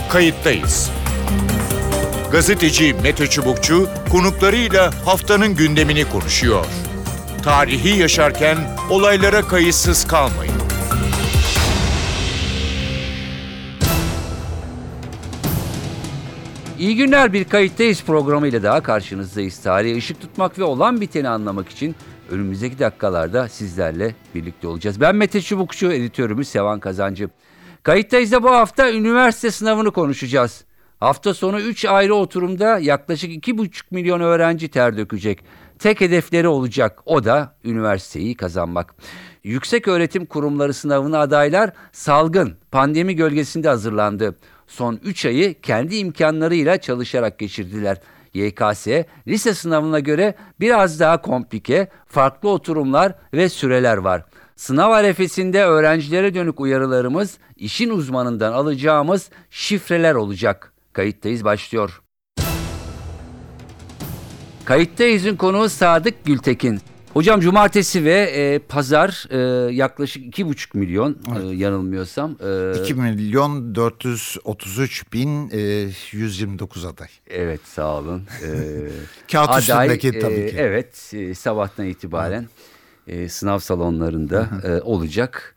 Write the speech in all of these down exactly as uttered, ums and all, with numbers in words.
Kayıttayız. Gazeteci Mete Çubukçu konuklarıyla haftanın gündemini konuşuyor. Tarihi yaşarken olaylara kayıtsız kalmayın. İyi günler, bir Kayıttayız programıyla daha karşınızdayız. Tarihe ışık tutmak ve olan biteni anlamak için önümüzdeki dakikalarda sizlerle birlikte olacağız. Ben Mete Çubukçu, editörümüz Sevan Kazancı. Kayıttayız'da bu hafta üniversite sınavını konuşacağız. Hafta sonu üç ayrı oturumda yaklaşık iki buçuk milyon öğrenci ter dökecek. Tek hedefleri olacak, o da üniversiteyi kazanmak. Yüksek öğretim kurumları sınavına adaylar salgın, pandemi gölgesinde hazırlandı. Son üç ayı kendi imkanlarıyla çalışarak geçirdiler. Y K S, lise sınavına göre biraz daha komplike, farklı oturumlar ve süreler var. Sınav arefesinde öğrencilere dönük uyarılarımız, işin uzmanından alacağımız şifreler olacak. Kayıttayız başlıyor. Kayıttayız'ın konuğu Sadık Gültekin. Hocam cumartesi ve e, pazar e, yaklaşık iki buçuk milyon evet. e, yanılmıyorsam. E, iki milyon dört yüz otuz üç bin yüz yirmi dokuz aday. Evet, sağ olun. E, Kağıt aday, üstündeki tabii ki. E, evet e, sabahtan itibaren e, sınav salonlarında e, olacak.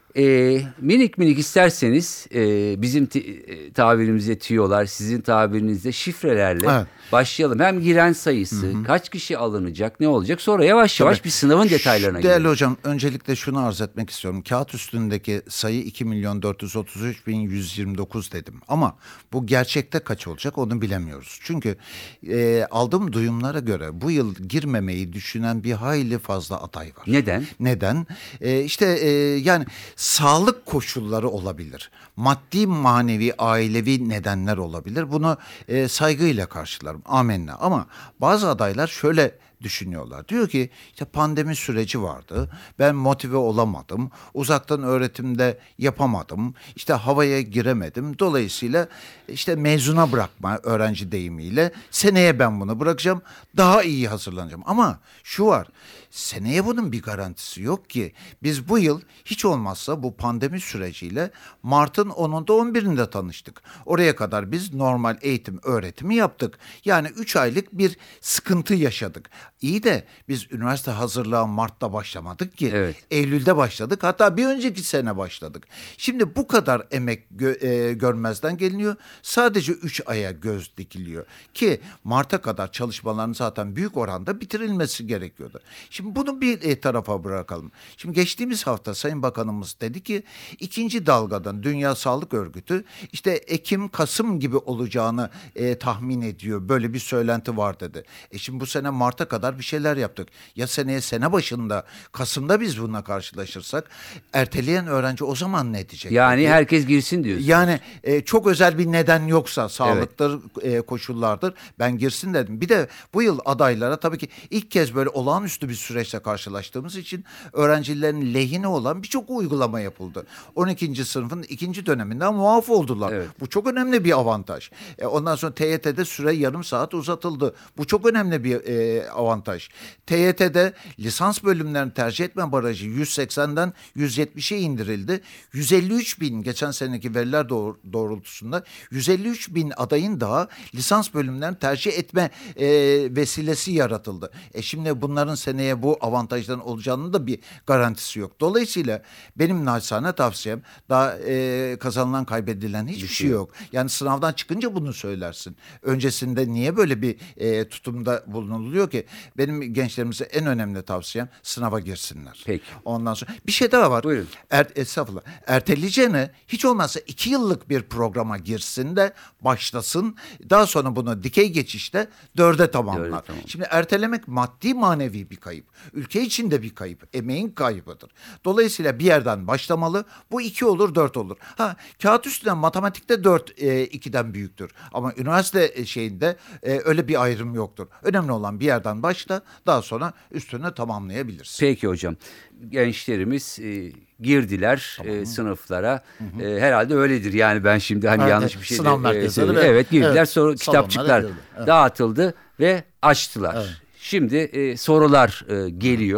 E, minik minik isterseniz e, bizim t- tabirimizde tüyolar, sizin tabirinizde şifrelerle evet. başlayalım. Hem giren sayısı, hı hı. kaç kişi alınacak, ne olacak, sonra yavaş yavaş Tabii. bir sınavın detaylarına girelim. Değerli hocam, öncelikle şunu arz etmek istiyorum. Kağıt üstündeki sayı iki milyon dört yüz otuz üç bin yüz yirmi dokuz dedim. Ama bu gerçekte kaç olacak onu bilemiyoruz. Çünkü e, aldığım duyumlara göre bu yıl girmemeyi düşünen bir hayli fazla aday var. Neden? Neden? E, işte e, yani... Sağlık koşulları olabilir. Maddi, manevi, ailevi nedenler olabilir. Bunu e, saygıyla karşılarım. Amenna. Ama bazı adaylar şöyle düşünüyorlar. Diyor ki işte pandemi süreci vardı. Ben motive olamadım. Uzaktan öğretimde yapamadım. İşte havaya giremedim. Dolayısıyla işte mezuna bırakma öğrenci deyimiyle seneye ben bunu bırakacağım. Daha iyi hazırlanacağım. Ama şu var. Seneye bunun bir garantisi yok ki. Biz bu yıl hiç olmazsa bu pandemi süreciyle Mart'ın onunda on birinde tanıştık. Oraya kadar biz normal eğitim öğretimi yaptık. Yani üç aylık bir sıkıntı yaşadık. İyi de biz üniversite hazırlığa Mart'ta başlamadık ki. Evet. Eylül'de başladık. Hatta bir önceki sene başladık. Şimdi bu kadar emek gö- e, görmezden geliniyor. Sadece üç aya göz dikiliyor. Ki Mart'a kadar çalışmaların zaten büyük oranda bitirilmesi gerekiyordu. Şimdi bunu bir e, tarafa bırakalım. Şimdi geçtiğimiz hafta Sayın Bakanımız dedi ki ikinci dalgadan Dünya Sağlık Örgütü işte Ekim, Kasım gibi olacağını e, tahmin ediyor. Böyle bir söylenti var dedi. E şimdi bu sene Mart'a kadar bir şeyler yaptık. Ya seneye sene başında Kasım'da biz bununla karşılaşırsak erteleyen öğrenci o zaman ne diyecek? Yani Peki? herkes girsin diyorsun. Yani e, çok özel bir neden yoksa sağlıktır, evet. e, koşullardır. Ben girsin dedim. Bir de bu yıl adaylara tabii ki ilk kez böyle olağanüstü bir süreçle karşılaştığımız için öğrencilerin lehine olan birçok uygulama yapıldı. on ikinci sınıfın ikinci döneminden muaf oldular. Evet. Bu çok önemli bir avantaj. E, ondan sonra T Y T'de süre yarım saat uzatıldı. Bu çok önemli bir e, avantaj. T Y T'de lisans bölümlerini tercih etme barajı yüz seksenden yüz yetmişe indirildi. yüz elli üç bin geçen seneki veriler doğr- doğrultusunda yüz elli üç bin adayın daha lisans bölümlerini tercih etme e, vesilesi yaratıldı. E şimdi bunların seneye bu avantajların olacağının da bir garantisi yok. Dolayısıyla benim naçizane tavsiyem daha e, kazanılan kaybedilen hiçbir şey yok. Yani sınavdan çıkınca bunu söylersin. Öncesinde niye böyle bir e, tutumda bulunuluyor ki? Benim gençlerimize en önemli tavsiyem sınava girsinler. Peki. Ondan sonra bir şey daha var. Buyurun. Er, estağfurullah. Erteleyeceğine hiç olmazsa iki yıllık bir programa girsin de başlasın. Daha sonra bunu dikey geçişte dörde tamamlar. Dörde, tamam. Şimdi ertelemek maddi manevi bir kayıp. Ülke için de bir kayıp. Emeğin kaybıdır. Dolayısıyla bir yerden başlamalı. Bu iki olur, dört olur. Ha, kağıt üstüne matematikte dört e, ikiden büyüktür. Ama üniversite şeyinde e, öyle bir ayrım yoktur. Önemli olan bir yerden başla, daha sonra üstüne tamamlayabilirsin. Peki hocam. Gençlerimiz e, girdiler tamam. e, sınıflara. Hı hı. E, herhalde öyledir. Yani ben şimdi hani evet, yanlış bir şey sınav de merkezleri e, evet girdiler. Evet, sonra kitapçıklar evet. dağıtıldı ve açtılar. Evet. Şimdi e, sorular e, geliyor.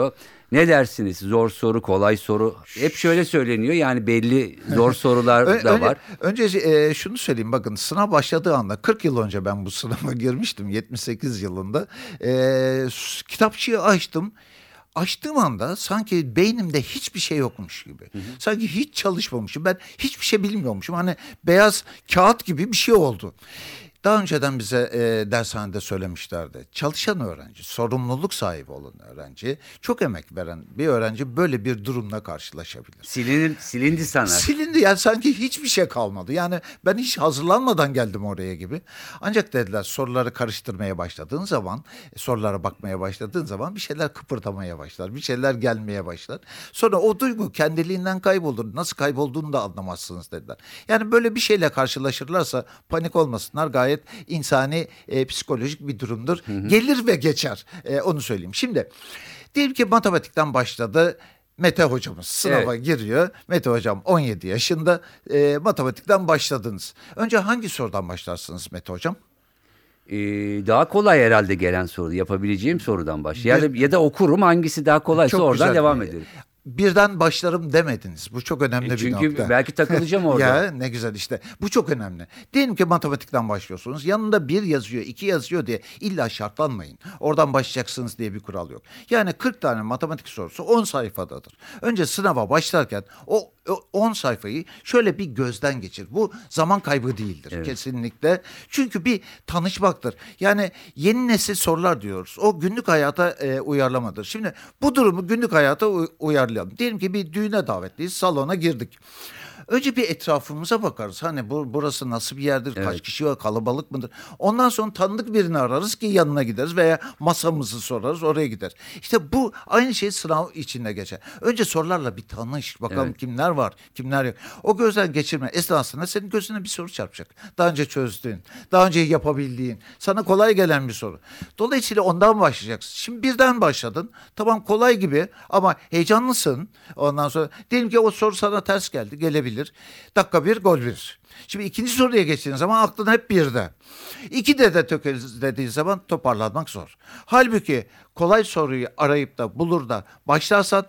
Ne dersiniz? Zor soru, kolay soru. Hep şöyle söyleniyor. Yani belli zor sorular Ö- da önce, var. Önce e, şunu söyleyeyim, bakın sınav başladığı anda kırk yıl önce ben bu sınava girmiştim, yetmiş sekiz yılında. E, s- kitapçığı açtım. Açtığım anda sanki beynimde hiçbir şey yokmuş gibi. Hı hı. Sanki hiç çalışmamışım. Ben hiçbir şey bilmiyormuşum. Hani beyaz kağıt gibi bir şey oldu. Daha önceden bize e, dershanede söylemişlerdi. Çalışan öğrenci, sorumluluk sahibi olan öğrenci, çok emek veren bir öğrenci böyle bir durumla karşılaşabilir. Silinir, silindi sana. Silindi, yani sanki hiçbir şey kalmadı. Yani ben hiç hazırlanmadan geldim oraya gibi. Ancak dediler, soruları karıştırmaya başladığın zaman, sorulara bakmaya başladığın zaman bir şeyler kıpırdamaya başlar. Bir şeyler gelmeye başlar. Sonra o duygu kendiliğinden kaybolur. Nasıl kaybolduğunu da anlamazsınız dediler. Yani böyle bir şeyle karşılaşırlarsa panik olmasınlar. Gayet insani, e, psikolojik bir durumdur. Hı hı. Gelir ve geçer. E, onu söyleyeyim. Şimdi diyelim ki matematikten başladı. Mete hocamız sınava evet. giriyor. Mete hocam on yedi yaşında, e, matematikten başladınız. Önce hangi sorudan başlarsınız Mete hocam? Ee, daha kolay herhalde gelen soru. Yapabileceğim sorudan başlayayım. Ya da, ya da okurum, hangisi daha kolaysa oradan güzel. Devam ederim. Birden başlarım demediniz. Bu çok önemli e bir nokta. Çünkü belki takılacağım orada. Ya ne güzel işte. Bu çok önemli. Diyelim ki matematikten başlıyorsunuz. Yanında bir yazıyor, iki yazıyor diye illa şartlanmayın. Oradan başlayacaksınız diye bir kural yok. Yani kırk tane matematik sorusu on sayfadadır. Önce sınava başlarken o on sayfayı şöyle bir gözden geçir. Bu zaman kaybı değildir. Evet. Kesinlikle. Çünkü bir tanışmaktır. Yani yeni nesil sorular diyoruz. O günlük hayata e, uyarlamadır. Şimdi bu durumu günlük hayata u- uyarlayalım. Diyelim ki bir düğüne davetliyiz. Salona girdik. Önce bir etrafımıza bakarız. Hani bu burası nasıl bir yerdir? Evet. Kaç kişi var? Kalabalık mıdır? Ondan sonra tanıdık birini ararız ki yanına gideriz veya masamızı sorarız, oraya gideriz. İşte bu aynı şey sınav içinde geçer. Önce sorularla bir tanış. Bakalım evet. kimler var, kimler yok. O gözden geçirme esnasında senin gözüne bir soru çarpacak. Daha önce çözdüğün, daha önce yapabildiğin, sana kolay gelen bir soru. Dolayısıyla ondan başlayacaksın. Şimdi birden başladın. Tamam, kolay gibi ama heyecanlısın. Ondan sonra diyelim ki o soru sana ters geldi. Gelebilir. Dakika bir, gol bir. Şimdi ikinci soruya geçtiğin zaman aklın hep birde. İkide de tökezlediğin zaman toparlanmak zor. Halbuki kolay soruyu arayıp da bulur da başlarsan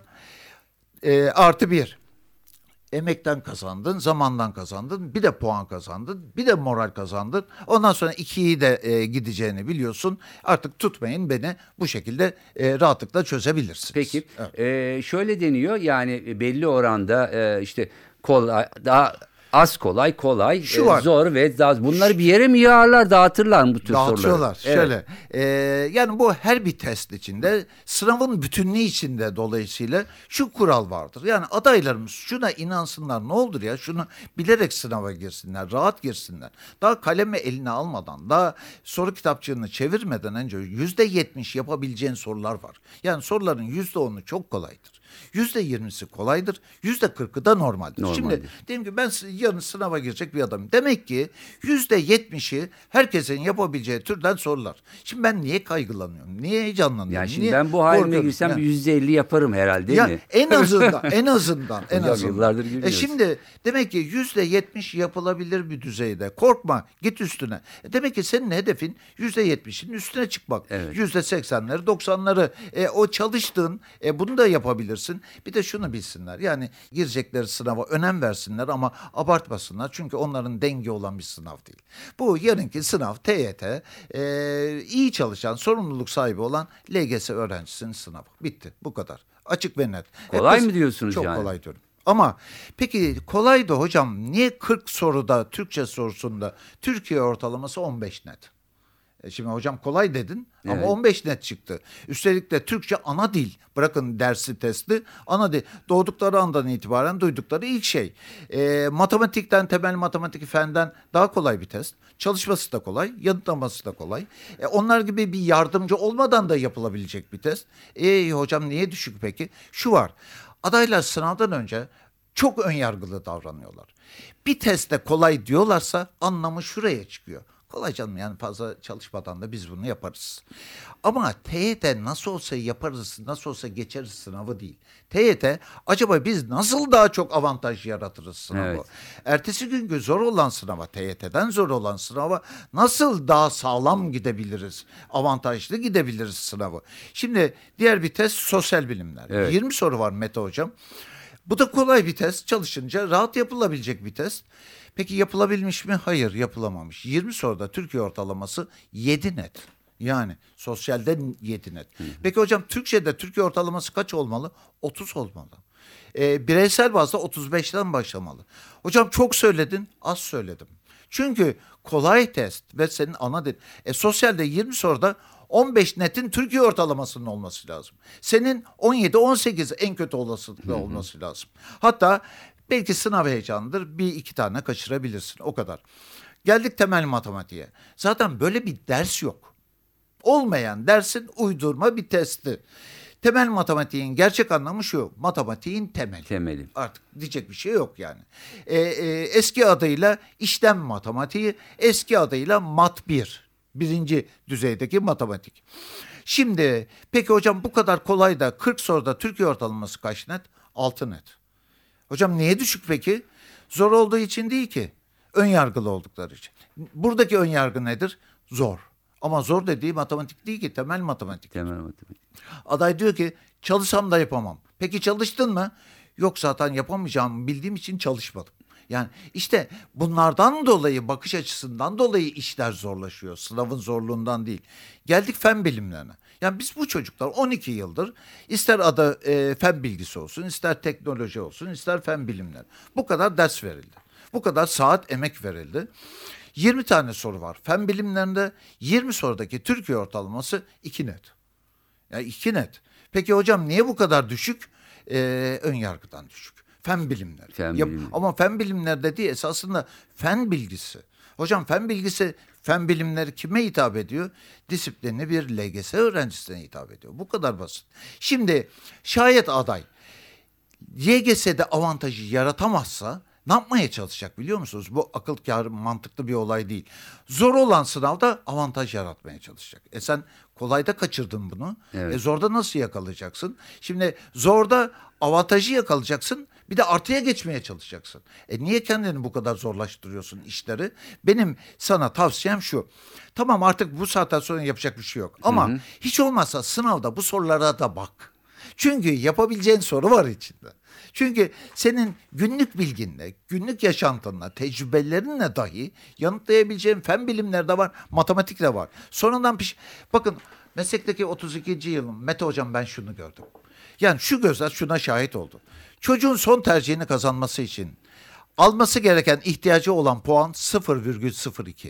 e, artı bir. Emekten kazandın, zamandan kazandın, bir de puan kazandın, bir de moral kazandın. Ondan sonra ikiyi de e, gideceğini biliyorsun. Artık tutmayın beni, bu şekilde e, rahatlıkla çözebilirsiniz. Peki, evet. e, şöyle deniyor, yani belli oranda e, işte kolay, daha az kolay, kolay, Şu e, var. zor ve daha, bunları bir yere mi yığarlar, dağıtırlar mı bu tür soruları? Dağıtıyorlar. Evet. Şöyle, e, yani bu her bir test içinde, sınavın bütünlüğü içinde dolayısıyla şu kural vardır. Yani adaylarımız şuna inansınlar, ne olur ya, şunu bilerek sınava girsinler, rahat girsinler. Daha kalemi eline almadan, daha soru kitapçığını çevirmeden önce yüzde yetmiş yapabileceğin sorular var. Yani soruların yüzde onu çok kolaydır. Yüzde yirmisi kolaydır, yüzde kırkı da normaldir. normaldir. Şimdi diyelim ki ben yarın sınava girecek bir adamım. Demek ki yüzde yetmişi herkesin yapabileceği türden sorular. Şimdi ben niye kaygılanıyorum? Niye heyecanlanıyorum? Yani şimdi niye ben bu haline girsem yani yüzde elli yaparım herhalde, değil ya mi? En azından, en azından, en Hocam, azından. yıllardır E gülüyoruz. şimdi demek ki yüzde yetmiş yapılabilir bir düzeyde. Korkma, git üstüne. E demek ki senin hedefin yüzde yetmişin üstüne çıkmak. Yüzde seksenleri, doksanları e, o çalıştığın, e, bunu da yapabilirsin. Bir de şunu bilsinler, yani girecekleri sınava önem versinler ama abartmasınlar. Çünkü onların denge olan bir sınav değil. Bu yarınki sınav T Y T, e, iyi çalışan, sorumluluk sahibi olan L G S öğrencisinin sınavı. Bitti, bu kadar. Açık ve net. Kolay Hep mı diyorsunuz çok yani? Çok kolay diyorum. Ama peki kolaydı hocam, niye kırk soruda, Türkçe sorusunda Türkiye ortalaması on beş net? E şimdi hocam kolay dedin ama evet. on beş net çıktı. Üstelik de Türkçe ana dil. Bırakın dersi, testi, ana dil. Doğdukları andan itibaren duydukları ilk şey. E, matematikten, temel matematik fenden daha kolay bir test. Çalışması da kolay, yanıtlaması da kolay. E, onlar gibi bir yardımcı olmadan da yapılabilecek bir test. E hocam niye düşük peki? Şu var. Adaylar sınavdan önce çok önyargılı davranıyorlar. Bir testte kolay diyorlarsa anlamı şuraya çıkıyor. Kolay canım, yani fazla çalışmadan da biz bunu yaparız. Ama T Y T nasıl olsa yaparız, nasıl olsa geçeriz sınavı değil. T Y T acaba biz nasıl daha çok avantaj yaratırız sınavı? Evet. Ertesi günkü zor olan sınava, T Y T'den zor olan sınava nasıl daha sağlam gidebiliriz? Avantajlı gidebiliriz sınavı. Şimdi diğer bir test sosyal bilimler. Evet. yirmi soru var Mete Hocam. Bu da kolay bir test. Çalışınca rahat yapılabilecek bir test. Peki yapılabilmiş mi? Hayır, yapılamamış. yirmi soruda Türkiye ortalaması yedi net. Yani sosyalde yedi net. Hı hı. Peki hocam Türkçe'de Türkiye ortalaması kaç olmalı? otuz olmalı. Ee, bireysel bazda otuz beşten başlamalı. Hocam çok söyledin, az söyledim. Çünkü kolay test ve senin ana dilin. E, sosyalde yirmi soruda on beş netin Türkiye ortalamasının olması lazım. Senin on yedi on sekiz en kötü olasılıkla olması lazım. Hatta belki sınav heyecanıdır, bir iki tane kaçırabilirsin, o kadar. Geldik temel matematiğe. Zaten böyle bir ders yok. Olmayan dersin uydurma bir testi. Temel matematiğin gerçek anlamı şu: matematiğin temeli. Temeli. Artık diyecek bir şey yok yani. Ee, e, eski adıyla işlem matematiği, eski adıyla mat bir. Birinci düzeydeki matematik. Şimdi peki hocam bu kadar kolay da kırk soruda Türkiye ortalaması kaç net? altı net. Hocam niye düşük peki? Zor olduğu için değil ki. Ön yargılı oldukları için. Buradaki ön yargı nedir? Zor. Ama zor dediği matematik değil ki, temel matematik. Temel matematik. Aday diyor ki çalışsam da yapamam. Peki çalıştın mı? Yok, zaten yapamayacağımı bildiğim için çalışmadım. Yani işte bunlardan dolayı, bakış açısından dolayı işler zorlaşıyor. Sınavın zorluğundan değil. Geldik fen bilimlerine. Yani biz bu çocuklar on iki yıldır ister adı e, fen bilgisi olsun, ister teknoloji olsun, ister fen bilimleri. Bu kadar ders verildi. Bu kadar saat emek verildi. yirmi tane soru var. Fen bilimlerinde yirmi sorudaki Türkiye ortalaması iki net. Yani iki net. Peki hocam niye bu kadar düşük? Ee, ön yargıdan düşük. Fen bilimleri. Fen Yap- bilimleri. Ama fen bilimleri dediği esasında fen bilgisi. Hocam fen bilgisi, fen bilimleri kime hitap ediyor? Disiplinli bir L G S öğrencisine hitap ediyor. Bu kadar basit. Şimdi şayet aday Y G S'de avantajı yaratamazsa ne yapmaya çalışacak biliyor musunuz? Bu akıl kârı, mantıklı bir olay değil. Zor olan sınavda avantaj yaratmaya çalışacak. E sen kolayda kaçırdın bunu. Evet. E zorda nasıl yakalayacaksın? Şimdi zorda avantajı yakalayacaksın. Bir de artıya geçmeye çalışacaksın. E niye kendini bu kadar zorlaştırıyorsun işleri? Benim sana tavsiyem şu: tamam, artık bu saatten sonra yapacak bir şey yok. Ama hı hı. hiç olmazsa sınavda bu sorulara da bak. Çünkü yapabileceğin soru var içinde. Çünkü senin günlük bilginle, günlük yaşantınla, tecrübelerinle dahi yanıtlayabileceğin fen bilimleri de var, matematik de var. Sonradan piş... Bakın meslekteki otuz ikinci yılım Mete Hocam, ben şunu gördüm. Yani şu gözler şuna şahit oldu. Çocuğun son tercihini kazanması için alması gereken, ihtiyacı olan puan sıfır virgül sıfır iki.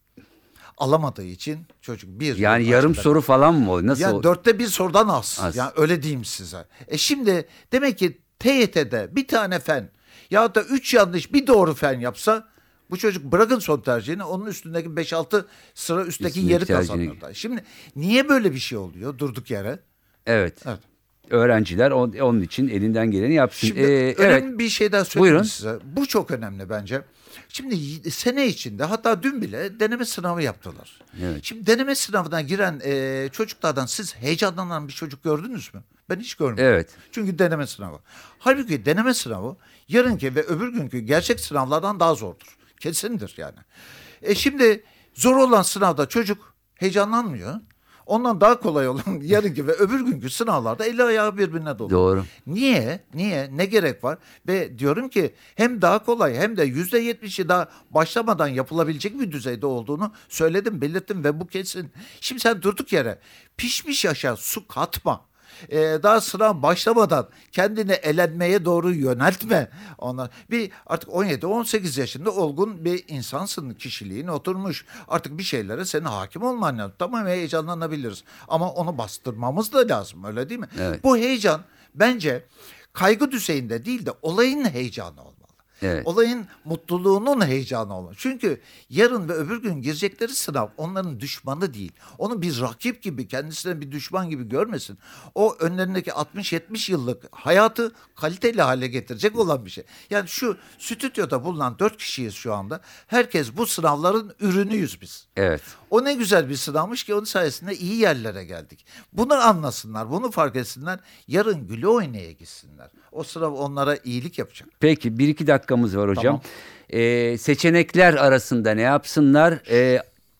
Alamadığı için çocuk bir... Yani yarım açıklar. soru falan mı o? Nasıl? Yani dörtte bir sorudan az. az. Yani öyle diyeyim size. E şimdi demek ki T Y T'de bir tane fen ya da üç yanlış bir doğru fen yapsa bu çocuk, bırakın son tercihini, onun üstündeki beş altı sıra üstteki Üstündeki yeri tercihini. kazanır da. Şimdi niye böyle bir şey oluyor durduk yere? Evet. Evet. Öğrenciler on- onun için elinden geleni yapsın. Şimdi Ee, önemli evet. bir şey daha söyleyeyim Buyurun. size. Bu çok önemli bence. Şimdi y- sene içinde, hatta dün bile deneme sınavı yaptılar. Evet. Şimdi deneme sınavına giren e, çocuklardan siz heyecanlanan bir çocuk gördünüz mü? Ben hiç görmedim. Evet. Çünkü deneme sınavı. Halbuki deneme sınavı yarınki ve öbür günkü gerçek sınavlardan daha zordur. Kesindir yani. E şimdi zor olan sınavda çocuk heyecanlanmıyor. Ondan daha kolay olan yarınki ve öbür günkü sınavlarda eli ayağı birbirine dolu. Doğru. Niye? Niye? Ne gerek var? Ve diyorum ki hem daha kolay hem de yüzde yetmişi daha başlamadan yapılabilecek bir düzeyde olduğunu söyledim, belirttim ve bu kesin. Şimdi sen durduk yere pişmiş yaşa su katma. Ee, daha sınav başlamadan kendini elenmeye doğru yöneltme. Onlar bir artık on yedi on sekiz yaşında olgun bir insansın, kişiliğin oturmuş. Artık bir şeylere senin hakim olman lazım. Tamam, heyecanlanabiliriz ama onu bastırmamız da lazım, öyle değil mi? Evet. Bu heyecan bence kaygı düzeyinde değil de olayın heyecanı olmalı. Evet. Olayın mutluluğunun heyecanı olmalı. Çünkü yarın ve öbür gün girecekleri sınav onların düşmanı değil. Onu bir rakip gibi, kendisine bir düşman gibi görmesin. O önlerindeki altmış yetmiş yıllık hayatı kaliteli hale getirecek olan bir şey. Yani şu stüdyoda bulunan dört kişiyiz şu anda. Herkes bu sınavların ürünüyüz biz. Evet. O ne güzel bir sınavmış ki onun sayesinde iyi yerlere geldik. Bunu anlasınlar, bunu fark etsinler. Yarın güle oynaya gitsinler. O sınav onlara iyilik yapacak. Peki bir iki dakikamız var hocam. Tamam. Ee, seçenekler arasında ne yapsınlar? Ee,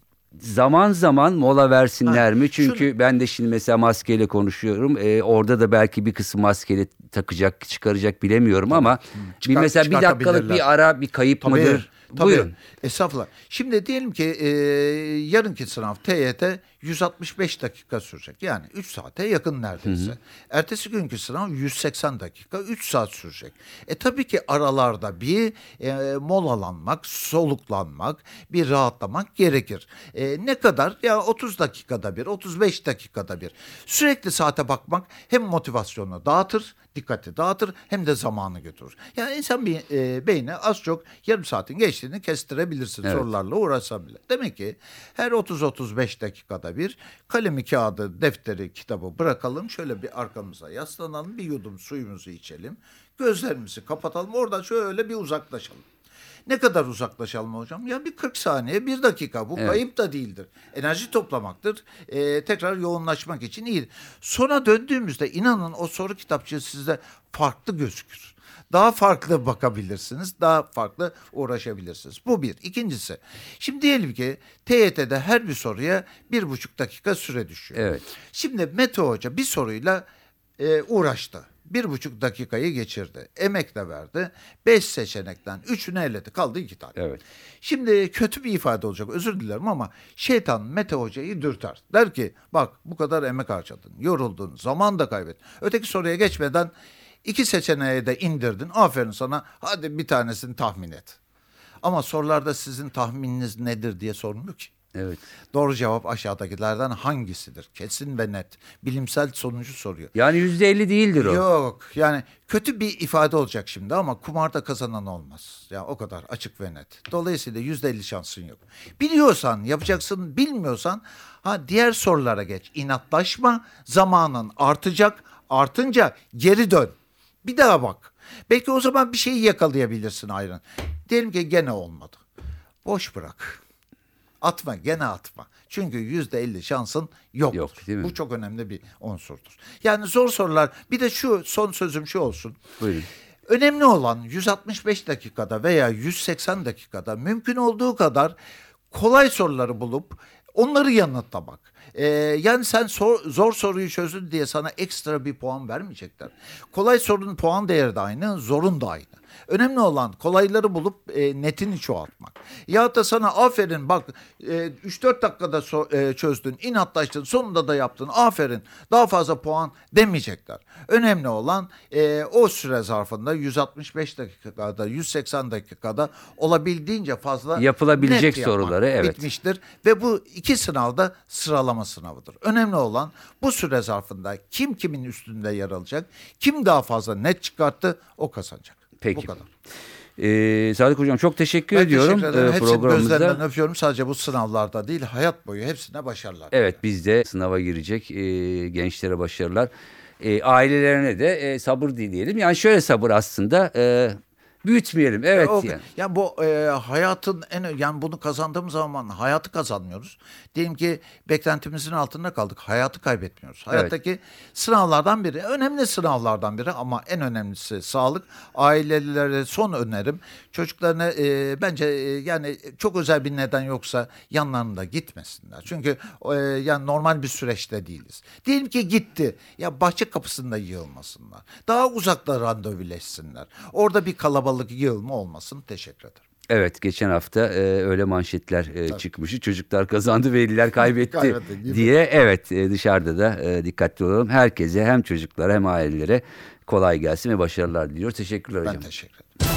zaman zaman mola versinler Ha, mi? Çünkü şunu- ben de şimdi mesela maskeyle konuşuyorum. Ee, orada da belki bir kısım maskeyle takacak, çıkaracak bilemiyorum ama bir Çıkar- mesela bir dakikalık çıkartabilirler. bir ara bir kayıp Tabii, mıdır? tabii. Buyurun. Estağfurullah. Şimdi diyelim ki e, yarınki sınav T Y T yüz altmış beş dakika sürecek. Yani üç saate yakın neredeyse. Hı hı. Ertesi günkü sınav yüz seksen dakika, üç saat sürecek. E tabii ki aralarda bir e, molalanmak, soluklanmak, bir rahatlamak gerekir. E, ne kadar? Ya otuz dakikada bir, otuz beş dakikada bir. Sürekli saate bakmak hem motivasyonu dağıtır, dikkati dağıtır hem de zamanı götürür. Yani insan bir e, beyni az çok yarım saatin geçtiğini kestirebilirsin Evet. sorularla uğraşsan bile. Demek ki her otuz otuz beş dakikada bir kalemi, kağıdı, defteri, kitabı bırakalım. Şöyle bir arkamıza yaslanalım, bir yudum suyumuzu içelim. Gözlerimizi kapatalım, oradan şöyle bir uzaklaşalım. Ne kadar uzaklaşalım hocam? Ya bir kırk saniye, bir dakika. Bu Evet. kayıp da değildir. Enerji toplamaktır. Ee, tekrar yoğunlaşmak için iyidir. Sonra döndüğümüzde inanın o soru kitapçığı sizde farklı gözükür. Daha farklı bakabilirsiniz. Daha farklı uğraşabilirsiniz. Bu bir. İkincisi, şimdi diyelim ki T Y T'de her bir soruya bir buçuk dakika süre düşüyor. Evet. Şimdi Mete Hoca bir soruyla e, uğraştı. Bir buçuk dakikayı geçirdi. Emek de verdi. Beş seçenekten üçünü eledi. Kaldı iki tane. Evet. Şimdi kötü bir ifade olacak. Özür dilerim ama şeytan Mete Hoca'yı dürter. Der ki bak bu kadar emek harcadın. Yoruldun. Zaman da kaybettin. Öteki soruya geçmeden iki seçeneği de indirdin. Aferin sana. Hadi bir tanesini tahmin et. Ama sorularda sizin tahmininiz nedir diye sormuyor ki. Evet. Doğru cevap aşağıdakilerden hangisidir? Kesin ve net. Bilimsel sonucu soruyor. Yani yüzde elli değildir o. Yok yani kötü bir ifade olacak şimdi ama kumarda kazanan olmaz. Yani o kadar açık ve net. Dolayısıyla yüzde elli şansın yok. Biliyorsan yapacaksın, bilmiyorsan ha diğer sorulara geç. İnatlaşma, zamanın artacak. Artınca geri dön. Bir daha bak. Belki o zaman bir şeyi yakalayabilirsin ayrın. Diyelim ki gene olmadı. Boş bırak. Atma, gene atma. Çünkü yüzde elli şansın yoktur. Yok, değil mi? Bu çok önemli bir unsurdur. Yani zor sorular. Bir de şu son sözüm şu olsun. Buyurun. Önemli olan yüz altmış beş dakikada veya yüz seksen dakikada mümkün olduğu kadar kolay soruları bulup onları yanıtlamak. Ee, yani sen sor, zor soruyu çözdün diye sana ekstra bir puan vermeyecekler. Kolay sorunun puan değeri de aynı, zorun da aynı. Önemli olan kolayları bulup e, netini çoğaltmak. Ya da sana aferin bak e, üç dört dakikada so, e, çözdün, inatlaştın, sonunda da yaptın, aferin daha fazla puan demeyecekler. Önemli olan e, o süre zarfında yüz altmış beş dakikada, yüz seksen dakikada olabildiğince fazla Yapılabilecek net yapmak. soruları, evet. Bitmiştir ve bu iki sınavda sıralama sınavıdır. Önemli olan bu süre zarfında kim kimin üstünde yer alacak, kim daha fazla net çıkarttı o kazanacak. Peki. Bu kadar. Ee, Sadık Hocam çok teşekkür Ben ediyorum teşekkür ederim. e, Hepsinin programımızda. gözlerinden öpüyorum. Sadece bu sınavlarda değil, hayat boyu hepsine başarılar. Evet, biz de sınava girecek e, gençlere başarılar. E, ailelerine de e, sabır dileyelim. Yani şöyle sabır aslında e, büyütmeyelim. Evet O- yani. yani bu e, hayatın en ö- yani bunu kazandığımız zaman hayatı kazanmıyoruz. Diyelim ki beklentimizin altında kaldık. Hayatı kaybetmiyoruz. Hayattaki sınavlardan biri, önemli sınavlardan biri ama en önemlisi sağlık. Ailelere son önerim çocuklarına e, bence e, yani çok özel bir neden yoksa yanlarında gitmesinler. Çünkü e, yani normal bir süreçte değiliz. Diyelim ki gitti. Ya bahçe kapısında yığılmasınlar. Daha uzakta randevuleşsinler. Orada bir kalabalık yığılma olmasın. Teşekkür ederim. Evet, geçen hafta e, öyle manşetler e, çıkmıştı. Çocuklar kazandı, veliler kaybetti Kaybetti, değil mi? diye. Evet, e, dışarıda da e, dikkatli olalım. Herkese, hem çocuklara hem ailelere kolay gelsin ve başarılar diliyoruz. Teşekkürler hocam. Ben teşekkür ederim.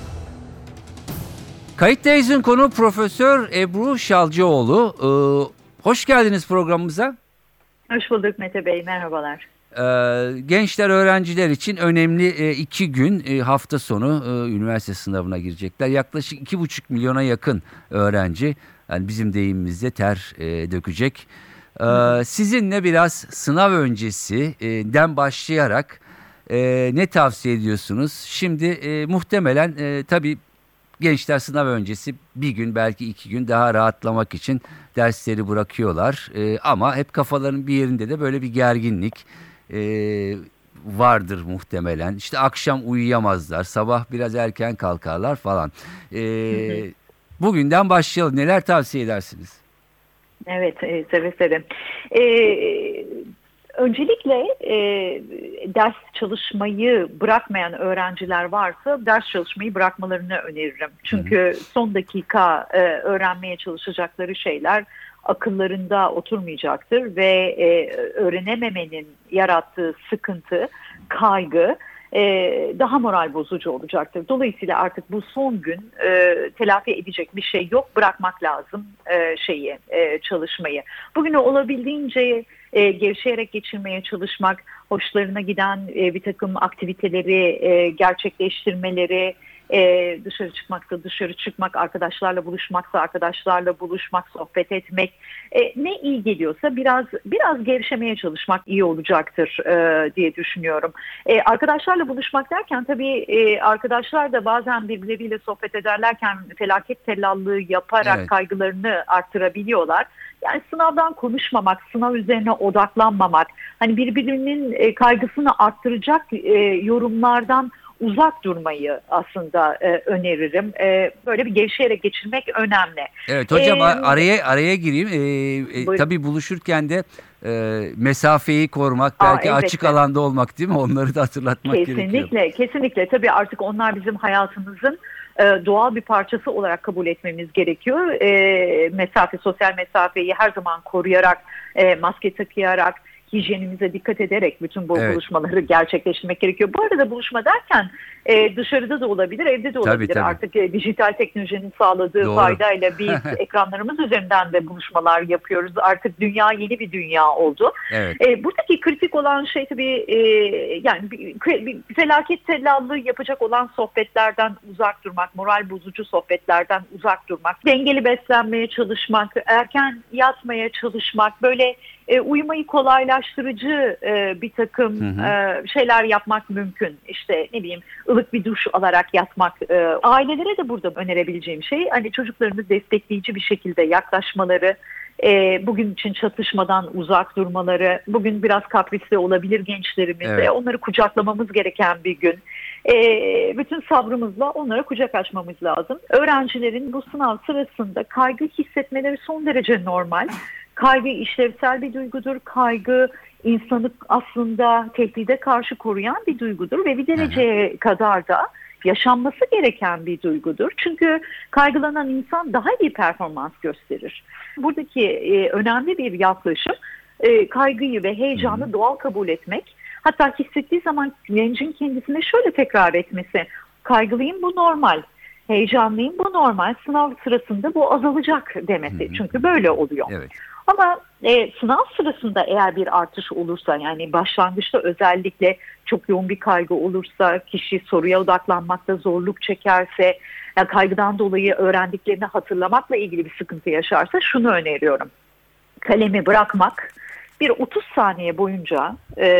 Kayıttayız'ın konu Profesör Ebru Şalcıoğlu. Ee, hoş geldiniz programımıza. Hoş bulduk Mete Bey, merhabalar. Ee, gençler, öğrenciler için önemli e, iki gün e, hafta sonu e, üniversite sınavına girecekler. Yaklaşık iki buçuk milyona yakın öğrenci, yani bizim deyimimizde ter e, dökecek. Ee, sizinle biraz sınav öncesinden başlayarak e, ne tavsiye ediyorsunuz? Şimdi e, muhtemelen e, tabii gençler sınav öncesi bir gün, belki iki gün daha rahatlamak için dersleri bırakıyorlar. E, ama hep kafaların bir yerinde de böyle bir gerginlik e, vardır muhtemelen. İşte akşam uyuyamazlar, sabah biraz erken kalkarlar falan. E, bugünden başlayalım. Neler tavsiye edersiniz? Evet, e, seve seve. E, öncelikle e, ders çalışmayı bırakmayan öğrenciler varsa ders çalışmayı bırakmalarını öneririm. Çünkü hı hı. son dakika e, öğrenmeye çalışacakları şeyler akıllarında oturmayacaktır ve e, öğrenememenin yarattığı sıkıntı, kaygı Ee, daha moral bozucu olacaktır. Dolayısıyla artık bu son gün e, telafi edecek bir şey yok. Bırakmak lazım e, şeyi e, çalışmayı. Bugünü olabildiğince e, gevşeyerek geçirmeye çalışmak, hoşlarına giden e, bir takım aktiviteleri e, gerçekleştirmeleri, e, dışarı çıkmaksa dışarı çıkmak, arkadaşlarla buluşmaksa arkadaşlarla buluşmak, sohbet etmek, e, ne iyi geliyorsa biraz biraz gevşemeye çalışmak iyi olacaktır e, diye düşünüyorum. E, arkadaşlarla buluşmak derken tabii e, arkadaşlar da bazen birbirleriyle sohbet ederlerken felaket tellallığı yaparak evet. kaygılarını arttırabiliyorlar. Yani sınavdan konuşmamak, sınav üzerine odaklanmamak, hani birbirinin e, kaygısını arttıracak e, yorumlardan uzak durmayı aslında e, öneririm. E, böyle bir gevşeyerek geçirmek önemli. Evet hocam, ee, araya araya gireyim. E, e, tabii buluşurken de e, mesafeyi korumak, belki aa, açık alanda olmak, değil mi? Onları da hatırlatmak kesinlikle, gerekiyor. Kesinlikle, kesinlikle. Tabii artık onlar bizim hayatımızın e, doğal bir parçası olarak kabul etmemiz gerekiyor. E, mesafe, sosyal mesafeyi her zaman koruyarak, e, maske takayarak, hijyenimize dikkat ederek bütün bu evet. buluşmaları gerçekleştirmek gerekiyor. Bu arada buluşma derken e, dışarıda da olabilir, evde de olabilir. Tabii, tabii. Artık e, dijital teknolojinin sağladığı Doğru. faydayla biz ekranlarımız üzerinden de buluşmalar yapıyoruz. Artık dünya yeni bir dünya oldu. Evet. E, buradaki kritik olan şey tabii e, yani bir, bir felaket tellallığı yapacak olan sohbetlerden uzak durmak, moral bozucu sohbetlerden uzak durmak, dengeli beslenmeye çalışmak, erken yatmaya çalışmak, böyle e, uyumayı kolaylaştırıcı e, bir takım hı hı. E, şeyler yapmak mümkün. İşte ne bileyim, ılık bir duş alarak yatmak. E, ailelere de burada önerebileceğim şey, hani çocuklarını destekleyici bir şekilde yaklaşmaları, e, bugün için çatışmadan uzak durmaları, bugün biraz kaprisli olabilir gençlerimiz, evet. onları kucaklamamız gereken bir gün. E, bütün sabrımızla onlara kucak açmamız lazım. Öğrencilerin bu sınav sırasında kaygı hissetmeleri son derece normal. Kaygı işlevsel bir duygudur. Kaygı insanı aslında tehdide karşı koruyan bir duygudur ve bir dereceye kadar da yaşanması gereken bir duygudur. Çünkü kaygılanan insan daha iyi performans gösterir. Buradaki e, önemli bir yaklaşım e, kaygıyı ve heyecanı Hı-hı. doğal kabul etmek. Hatta hissettiği zaman gencin kendisine şöyle tekrar etmesi: kaygılıyım, bu normal. Heyecanlıyım, bu normal. Sınav sırasında bu azalacak demesi. Hı-hı. Çünkü böyle oluyor. Evet. Ama e, sınav sırasında eğer bir artış olursa, yani başlangıçta özellikle çok yoğun bir kaygı olursa, kişi soruya odaklanmakta zorluk çekerse, yani kaygıdan dolayı öğrendiklerini hatırlamakla ilgili bir sıkıntı yaşarsa şunu öneriyorum: kalemi bırakmak, bir otuz saniye boyunca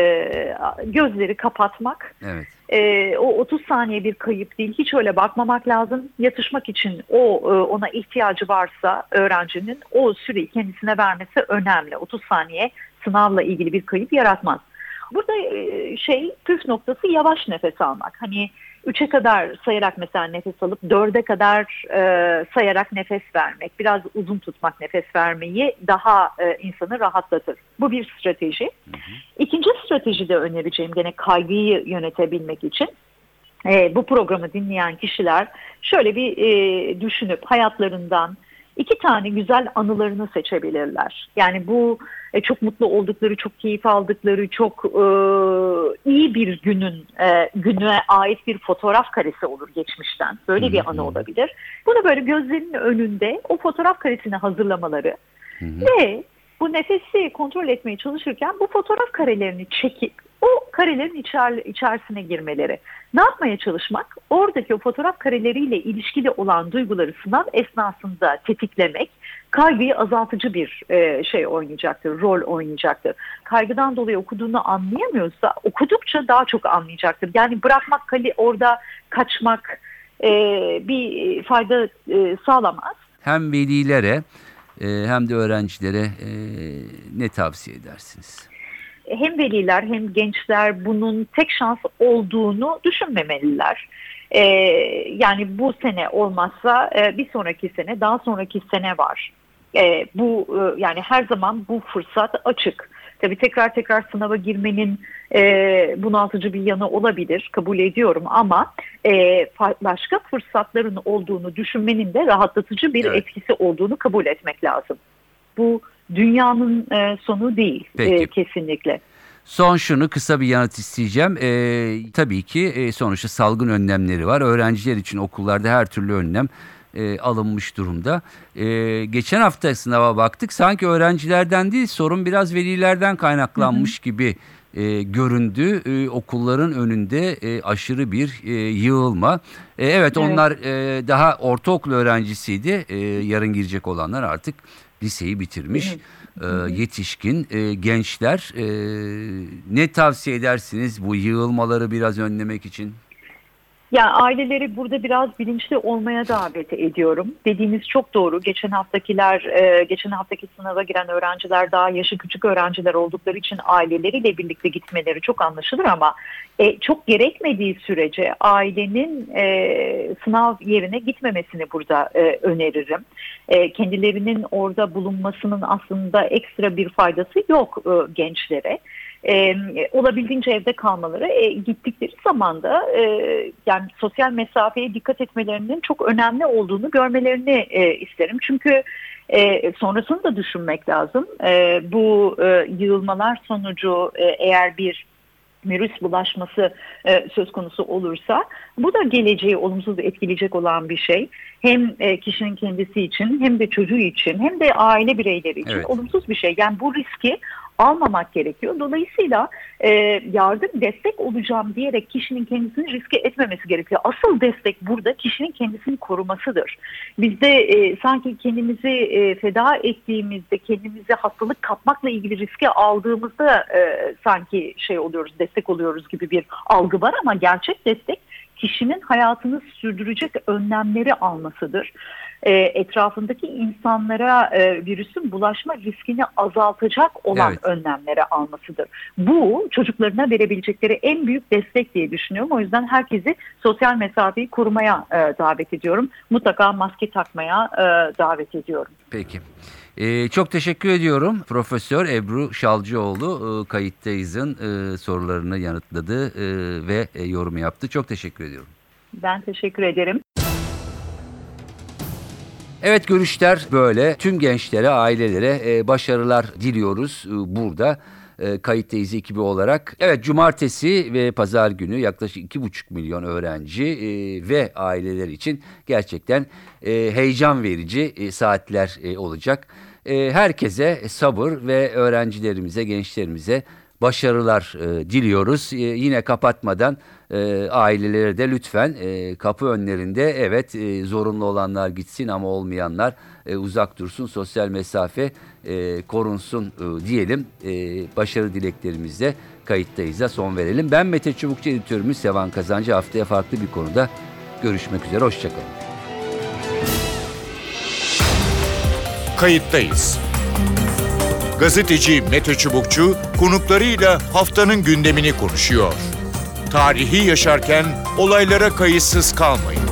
e, gözleri kapatmak. Evet. E, o otuz saniye bir kayıp değil, hiç öyle bakmamak lazım. Yatışmak için o e, ona ihtiyacı varsa öğrencinin o süreyi kendisine vermesi önemli. otuz saniye sınavla ilgili bir kayıp yaratmaz. Burada e, şey püf noktası yavaş nefes almak. Hani üçe kadar sayarak mesela nefes alıp dörde kadar e, sayarak nefes vermek. Biraz uzun tutmak nefes vermeyi daha e, insanı rahatlatır. Bu bir strateji. Hı hı. İkinci strateji de önereceğim, gene kaygıyı yönetebilmek için. E, bu programı dinleyen kişiler şöyle bir e, düşünüp hayatlarından iki tane güzel anılarını seçebilirler. Yani bu e, çok mutlu oldukları, çok keyif aldıkları, çok e, iyi bir günün e, güne ait bir fotoğraf karesi olur geçmişten. Böyle bir anı olabilir. Bunu böyle gözlerinin önünde o fotoğraf karesini hazırlamaları Hı-hı. ve bu nefesi kontrol etmeye çalışırken bu fotoğraf karelerini çekip o karelerin içer, içerisine girmeleri. Ne yapmaya çalışmak? Oradaki o fotoğraf kareleriyle ilişkili olan duyguları sınav esnasında tetiklemek, kaygıyı azaltıcı bir e, şey oynayacaktır, rol oynayacaktır. Kaygıdan dolayı okuduğunu anlayamıyorsa okudukça daha çok anlayacaktır. Yani bırakmak, kali orada kaçmak e, bir fayda e, sağlamaz. Hem velilere e, hem de öğrencilere e, ne tavsiye edersiniz? Hem veliler hem gençler bunun tek şans olduğunu düşünmemeliler. Ee, yani bu sene olmazsa e, bir sonraki sene, daha sonraki sene var. E, bu e, yani her zaman bu fırsat açık. Tabii tekrar tekrar sınava girmenin e, bunaltıcı bir yanı olabilir, kabul ediyorum ama e, başka fırsatların olduğunu düşünmenin de rahatlatıcı bir evet. etkisi olduğunu kabul etmek lazım. Bu dünyanın e, sonu değil e, kesinlikle. Son şunu kısa bir yanıt isteyeceğim. Ee, tabii ki e, sonuçta salgın önlemleri var. Öğrenciler için okullarda her türlü önlem e, alınmış durumda. E, geçen hafta sınava baktık. Sanki öğrencilerden değil, sorun biraz velilerden kaynaklanmış hı hı. gibi e, göründü. E, okulların önünde e, aşırı bir e, yığılma. E, evet, evet onlar e, daha ortaokul öğrencisiydi. E, yarın girecek olanlar artık liseyi bitirmiş. Hı hı. E, yetişkin e, gençler e, ne tavsiye edersiniz bu yığılmaları biraz önlemek için? Yani aileleri burada biraz bilinçli olmaya davet ediyorum. Dediğiniz çok doğru. Geçen haftakiler, e, geçen haftaki sınava giren öğrenciler daha yaşı küçük öğrenciler oldukları için aileleriyle birlikte gitmeleri çok anlaşılır ama e, çok gerekmediği sürece ailenin e, sınav yerine gitmemesini burada e, öneririm. E, kendilerinin orada bulunmasının aslında ekstra bir faydası yok e, gençlere. E, olabildiğince evde kalmaları, e, gittikleri zaman da e, yani sosyal mesafeye dikkat etmelerinin çok önemli olduğunu görmelerini e, isterim. Çünkü e, sonrasını da düşünmek lazım. E, bu e, yığılmalar sonucu e, eğer bir virüs bulaşması e, söz konusu olursa bu da geleceği olumsuz etkileyecek olan bir şey. Hem e, kişinin kendisi için hem de çocuğu için hem de aile bireyleri için evet. olumsuz bir şey. Yani bu riski almamak gerekiyor. Dolayısıyla e, yardım, destek olacağım diyerek kişinin kendisini riske etmemesi gerekiyor. Asıl destek burada kişinin kendisini korumasıdır. Biz de e, sanki kendimizi e, feda ettiğimizde, kendimizi hastalık kapmakla ilgili riske aldığımızda e, sanki şey oluyoruz, destek oluyoruz gibi bir algı var ama gerçek destek kişinin hayatını sürdürecek önlemleri almasıdır. E, etrafındaki insanlara e, virüsün bulaşma riskini azaltacak olan evet. önlemleri almasıdır. Bu çocuklarına verebilecekleri en büyük destek diye düşünüyorum. O yüzden herkesi sosyal mesafeyi korumaya e, davet ediyorum. Mutlaka maske takmaya e, davet ediyorum. Peki. Ee, çok teşekkür ediyorum. Profesör Ebru Şalcıoğlu e, Kayıttayız'ın e, sorularını yanıtladı e, ve e, yorum yaptı. Çok teşekkür ediyorum. Ben teşekkür ederim. Evet, görüşler böyle. Tüm gençlere, ailelere e, başarılar diliyoruz e, burada. E, Kayıttayız ekibi olarak. Evet, cumartesi ve pazar günü yaklaşık iki buçuk milyon öğrenci e, ve aileler için gerçekten e, heyecan verici e, saatler e, olacak. E, herkese sabır ve öğrencilerimize, gençlerimize başarılar e, diliyoruz. E, yine kapatmadan e, ailelere de lütfen e, kapı önlerinde evet e, zorunlu olanlar gitsin ama olmayanlar e, uzak dursun, sosyal mesafe e, korunsun e, diyelim. E, başarı dileklerimizle Kayıttayız'a son verelim. Ben Mete Çubukçu, editörümüz Sevan Kazancı. Haftaya farklı bir konuda görüşmek üzere. Hoşçakalın. Kayıttayız. Gazeteci Mete Çubukçu konuklarıyla haftanın gündemini konuşuyor. Tarihi yaşarken olaylara kayıtsız kalmayın.